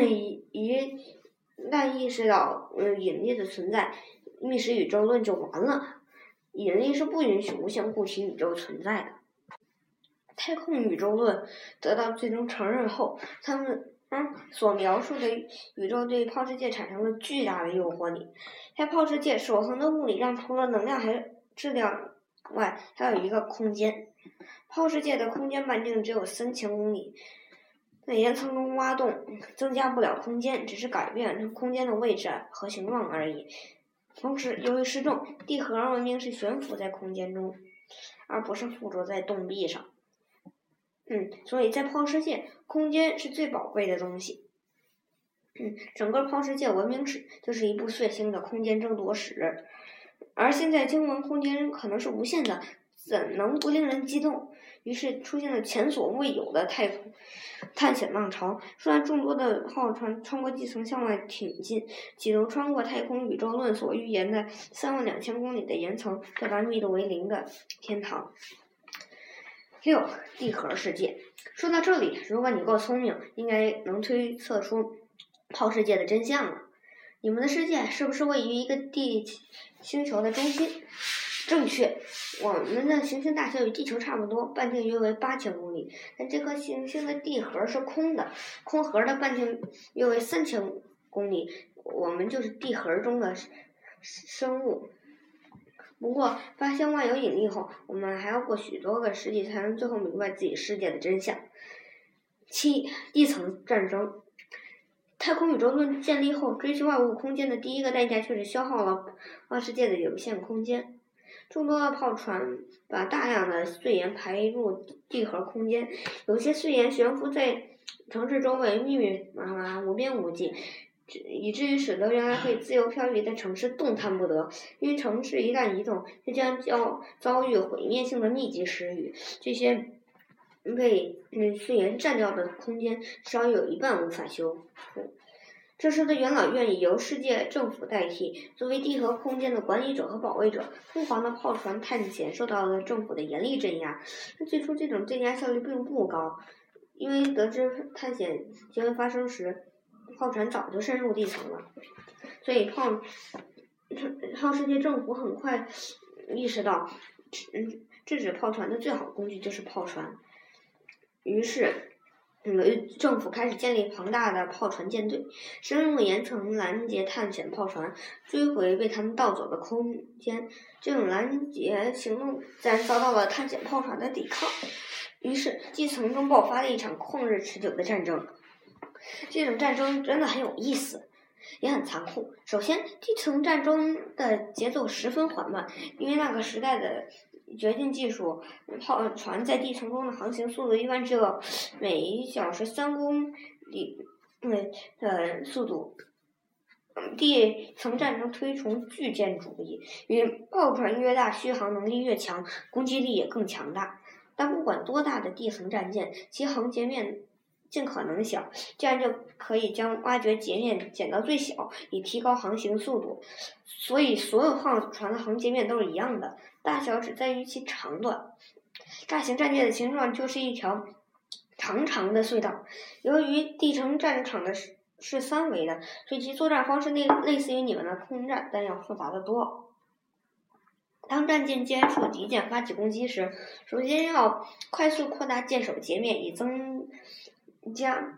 意识到引力的存在，密室宇宙论就完了。引力是不允许无限固体宇宙存在的。太空宇宙论得到最终承认后，他们所描述的宇宙对抛世界产生了巨大的诱惑力。在抛世界守恒的物理上，除了能量还质量外，还有一个空间。抛世界的空间半径只有3000公里，在岩层中挖洞增加不了空间，只是改变空间的位置和形状而已。同时，由于失重，地核文明是悬浮在空间中，而不是附着在洞壁上。所以在抛世界，空间是最宝贵的东西。整个抛世界文明史就是一部血腥的空间争夺史，而现在经文空间可能是无限的，怎能不令人激动？于是出现了前所未有的太空探险浪潮。虽然众多的号船穿过地层向外挺进，企图穿过太空宇宙论所预言的32000公里的岩层，到达密度为0的天堂。6. 地核世界。说到这里，如果你够聪明，应该能推测出抛世界的真相了。你们的世界是不是位于一个星球的中心？正确，我们的行星大小与地球差不多，半径约为8000公里，但这颗行星的地核是空的，空核的半径约为3000公里，我们就是地核中的生物。不过，发现万有引力后，我们还要过许多个世纪才能最后明白自己世界的真相。7. 地层战争。太空宇宙论建立后，追寻外部空间的第一个代价却是消耗了万世界的有限空间。众多的炮船把大量的碎岩排入地核空间，有些碎岩悬浮在城市周围，密密麻麻，无边无际，以至于使得原来可以自由漂移的城市动弹不得。因为城市一旦移动，就将遭遇毁灭性的密集时雨。这些被碎岩占掉的空间，少有一半无法修复。这时的元老院已由世界政府代替，作为地核空间的管理者和保卫者，疯狂的炮船探险受到了政府的严厉镇压。但最初这种镇压效率并不高，因为得知探险将会发生时，炮船早就深入地层了，所以抛世界政府很快意识到，制止炮船的最好工具就是炮船。于是政府开始建立庞大的炮船舰队，深入岩层拦截探险炮船，追回被他们盗走的空间。这种拦截行动自然遭到了探险炮船的抵抗，于是地层中爆发了一场旷日持久的战争。这种战争真的很有意思，也很残酷。首先，地层战争的节奏十分缓慢，因为那个时代的决定技术，炮船在地层中的航行速度一般只有每小时3公里的速度。地层战争推崇巨舰主义，因为炮船越大，续航能力越强，攻击力也更强大。但不管多大的地层战舰，其横截面尽可能小，这样就可以将挖掘截面减到最小，以提高航行速度。所以所有炮船的横截面都是一样的，大小只在于其长短。大型战舰的形状就是一条长长的隧道。由于地层战场的是3维的，所以其作战方式类似于你们的空战，但要复杂得多。当战舰接触敌舰发起攻击时，首先要快速扩大舰首截面，以增加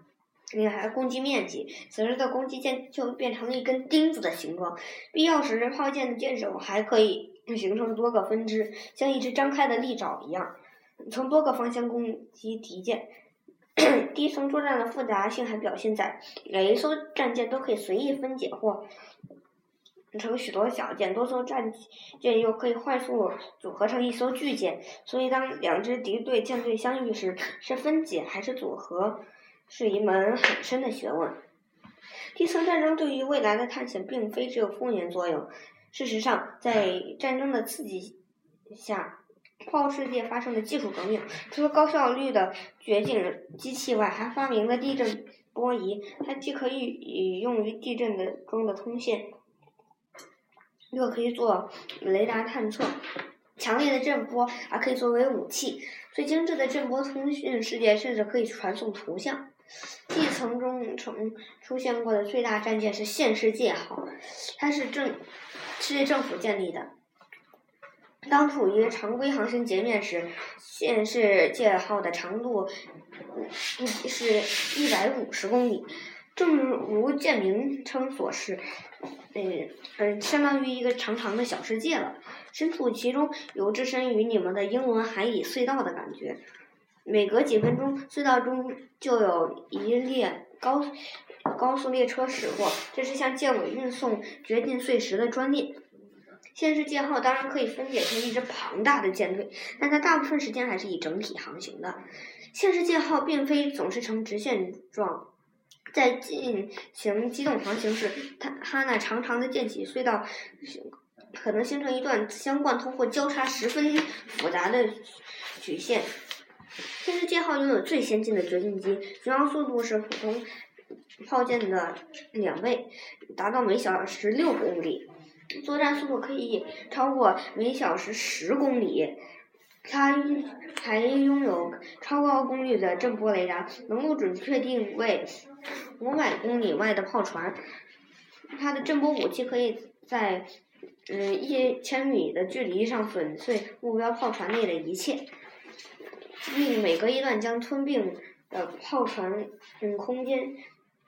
还攻击面积，此时的攻击舰就变成了一根钉子的形状。必要时，炮舰的舰首还可以形成多个分支，像一只张开的利爪一样，从多个方向攻击敌舰。低层作战的复杂性还表现在每一艘战舰都可以随意分解或成许多小舰，多艘战舰又可以快速组合成一艘巨舰。所以，当两支敌对舰队相遇时，是分解还是组合，是一门很深的学问。低层战争对于未来的探险并非只有负面作用。事实上，在战争的刺激下，炮世界发生了技术革命，除了高效率的掘井机器外，还发明了地震波仪。它既可以用于地震中的通信，又可以做雷达探测。强烈的震波还可以作为武器。最精致的震波通讯世界甚至可以传送图像。地层中曾出现过的最大战舰是现世界号，它是世界政府建立的。当处于常规航行截面时，现世界号的长度是150公里，正如舰名称所示，相当于一个长长的小世界了。身处其中，有置身于你们的英伦海底隧道的感觉。每隔几分钟，隧道中就有一列高速列车驶过，这是向舰尾运送掘进碎石的专列。现世界号当然可以分解成一支庞大的舰队，但它大部分时间还是以整体航行的。现世界号并非总是呈直线状，在进行机动航行时，它那长长的舰体隧道可能形成一段相贯通或交叉十分复杂的曲线。现世界号拥有最先进的掘进机，巡航速度是普通炮舰的2倍，达到每小时6公里。作战速度可以超过每小时10公里。它还拥有超高功率的震波雷达，能够准确定位500公里外的炮船。它的震波武器可以在1000米的距离上粉碎目标炮船内的一切，并每隔一段将吞并的炮船空间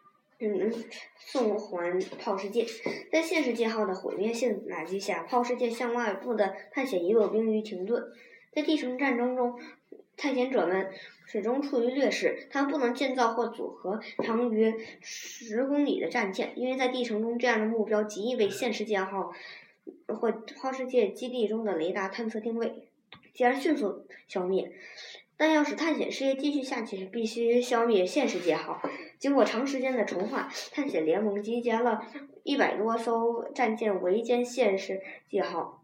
送还炮世界。在现世界号的毁灭性打击下，炮世界向外部的探险已有兵于停顿。在地层战争中，探险者们始终处于劣势，他们不能建造或组合长约10公里的战舰，因为在地层中这样的目标极易被现世界号或炮世界基地中的雷达探测定位，继而迅速消灭。但要使探险事业继续下去，必须消灭现世界号。经过长时间的筹划，探险联盟集结了100多艘战舰围歼现世界号。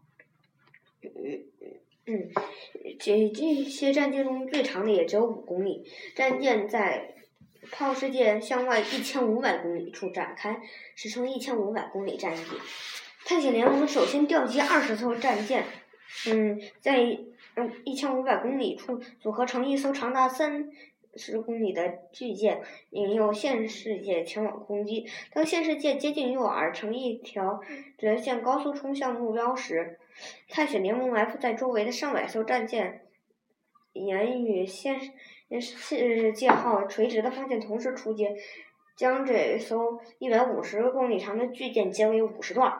这些战舰中最长的也只有5公里。战舰在炮世界向外1500公里处展开，史称1500公里战役。探险联盟首先调集20艘战舰，在1500公里处组合成一艘长达30公里的巨舰，引诱现世界前往攻击。当现世界接近诱饵，成一条直线高速冲向目标时，探险联盟埋伏在周围的上百艘战舰，沿与现世界号垂直的方向同时出击，将这艘150公里长的巨舰截为50段。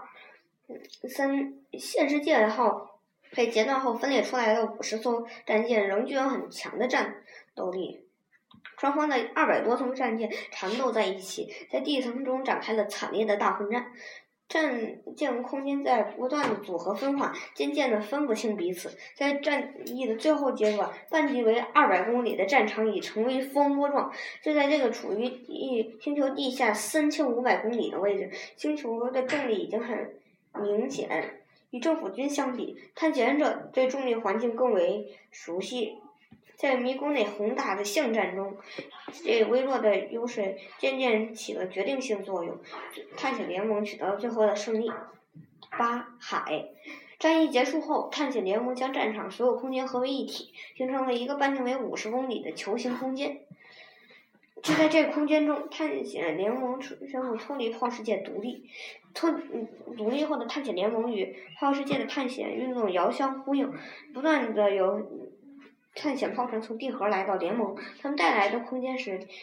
现世界号被截断后分裂出来的50艘战舰仍具有很强的战斗力。双方的200多艘战舰缠斗在一起，在地层中展开了惨烈的大混战。战舰空间在不断的组合分化，渐渐的分不清彼此。在战役的最后阶段，半径为200公里的战场已成为风波状。就在这个处于星球地下3500公里的位置，星球的重力已经很明显。与政府军相比，探险者对重力环境更为熟悉。在迷宫内宏大的巷战中，这微弱的优势渐渐起了决定性作用，探险联盟取得了最后的胜利。8. 海战役结束后，探险联盟将战场所有空间合为一体，形成了一个半径为50公里的球形空间。就在这个空间中，探险联盟宣布脱离炮世界独立。独立后的探险联盟与炮世界的探险运动遥相呼应，不断的有探险炮船从地核来到联盟，他们带来的空间使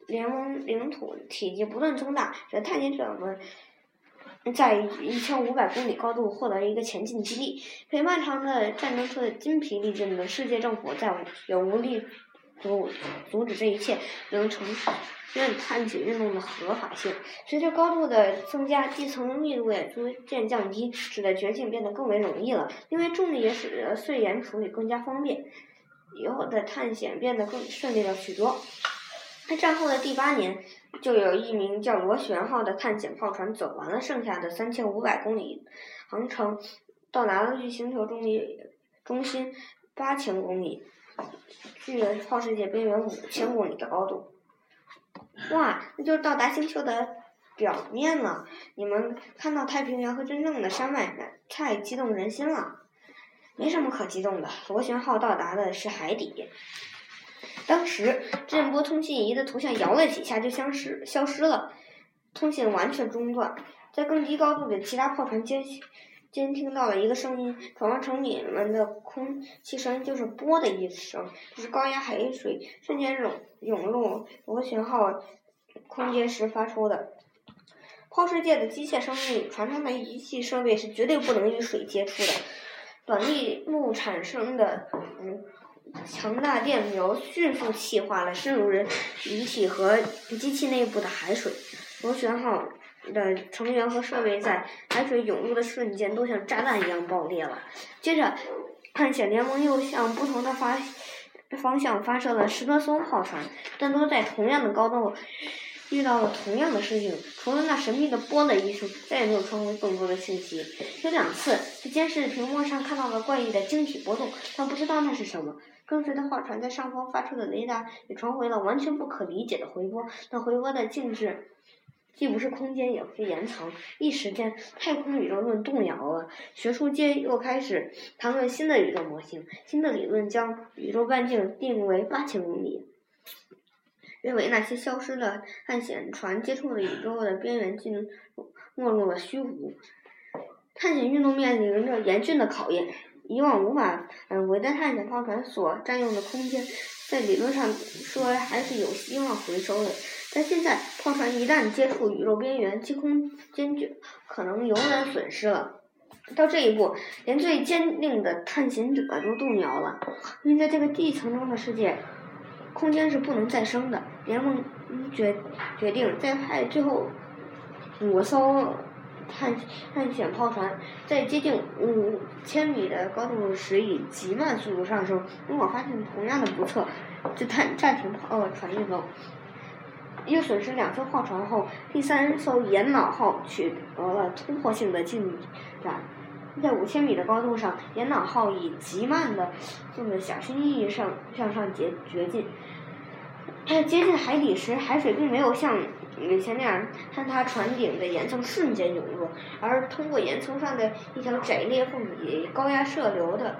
联盟领土体积不断增大，使探险者们在1500公里高度获得一个前进基地。被漫长的战争拖得筋疲力尽的世界政府也无力阻止这一切，只能承认探险运动的合法性。随着高度的增加，地层密度也逐渐降低，使得掘进变得更为容易了。因为重力也使得碎岩处理更加方便，以后的探险变得更顺利了许多。在战后的第8年，就有一名叫螺旋号的探险炮船走完了剩下的3500公里航程，到达了距星球中心8000公里，距炮世界边缘5000公里的高度。哇，那就是到达星球的表面了！你们看到太平洋和真正的山脉，太激动人心了。没什么可激动的，螺旋号到达的是海底。当时震波通信仪的图像摇了几下就消失了，通信完全中断。在更低高度的其他炮船监听到了一个声音，传播成你们的空气声音就是“啵”的一声，这是高压海水瞬间涌入螺旋号空间时发出的。炮世界的机械生命船上的仪器设备是绝对不能与水接触的，短力木产生的强大电流迅速气化了深入人体和机器内部的海水。螺旋号的成员和设备在海水涌入的瞬间都像炸弹一样爆裂了。接着，探险联盟又向不同的方向发射了10多艘炮船，但都在同样的高度遇到了同样的事情，除了那神秘的“啵”的一声，再也没有传回更多的讯息。有2次在监视屏幕上看到了怪异的晶体波动，但不知道那是什么。跟随的炮船在上方发出的雷达也传回了完全不可理解的回波，但回波的性质既不是空间也不是岩层。一时间，太空宇宙论动摇了，学术界又开始谈论新的宇宙模型。新的理论将宇宙半径定为8000公里，认为那些消失的探险船接触了宇宙的边缘，没入了虚无。探险运动面临着严峻的考验，以往无法挽回的探险炮船所占用的空间，在理论上说还是有希望回收的。但现在，炮船一旦接触宇宙边缘，其空间就可能永远损失了。到这一步，连最坚定的探险者都动摇了，因为在这个地层中的世界，空间是不能再生的。联盟决定再派最后5艘探险炮船在接近5000米的高度时以极慢速度上升，如果发现同样的不测，就暂停炮船运动。又损失2艘炮船后，第3艘岩脑号取得了突破性的进展。在5000米的高度上，岩脑号以极慢的速度小心翼翼向上掘进。在接近海底时，海水并没有像以前那样坍塌船顶的岩层瞬间涌入，而通过岩层上的一条窄裂缝以高压射流的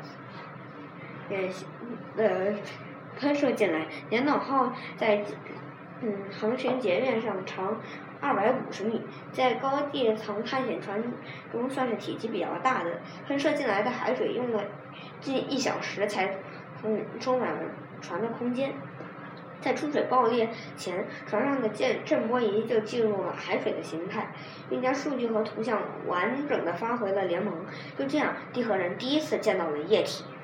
喷射进来。岩脑号在航行截面上长250米，在高地层探险船中算是体积比较大的。喷射进来的海水用了近1小时才充满了船的空间。在出水爆裂前，船上的震波仪就记录了海水的形态，并将数据和图像完整的发回了联盟。就这样，地核人第一次见到了液体。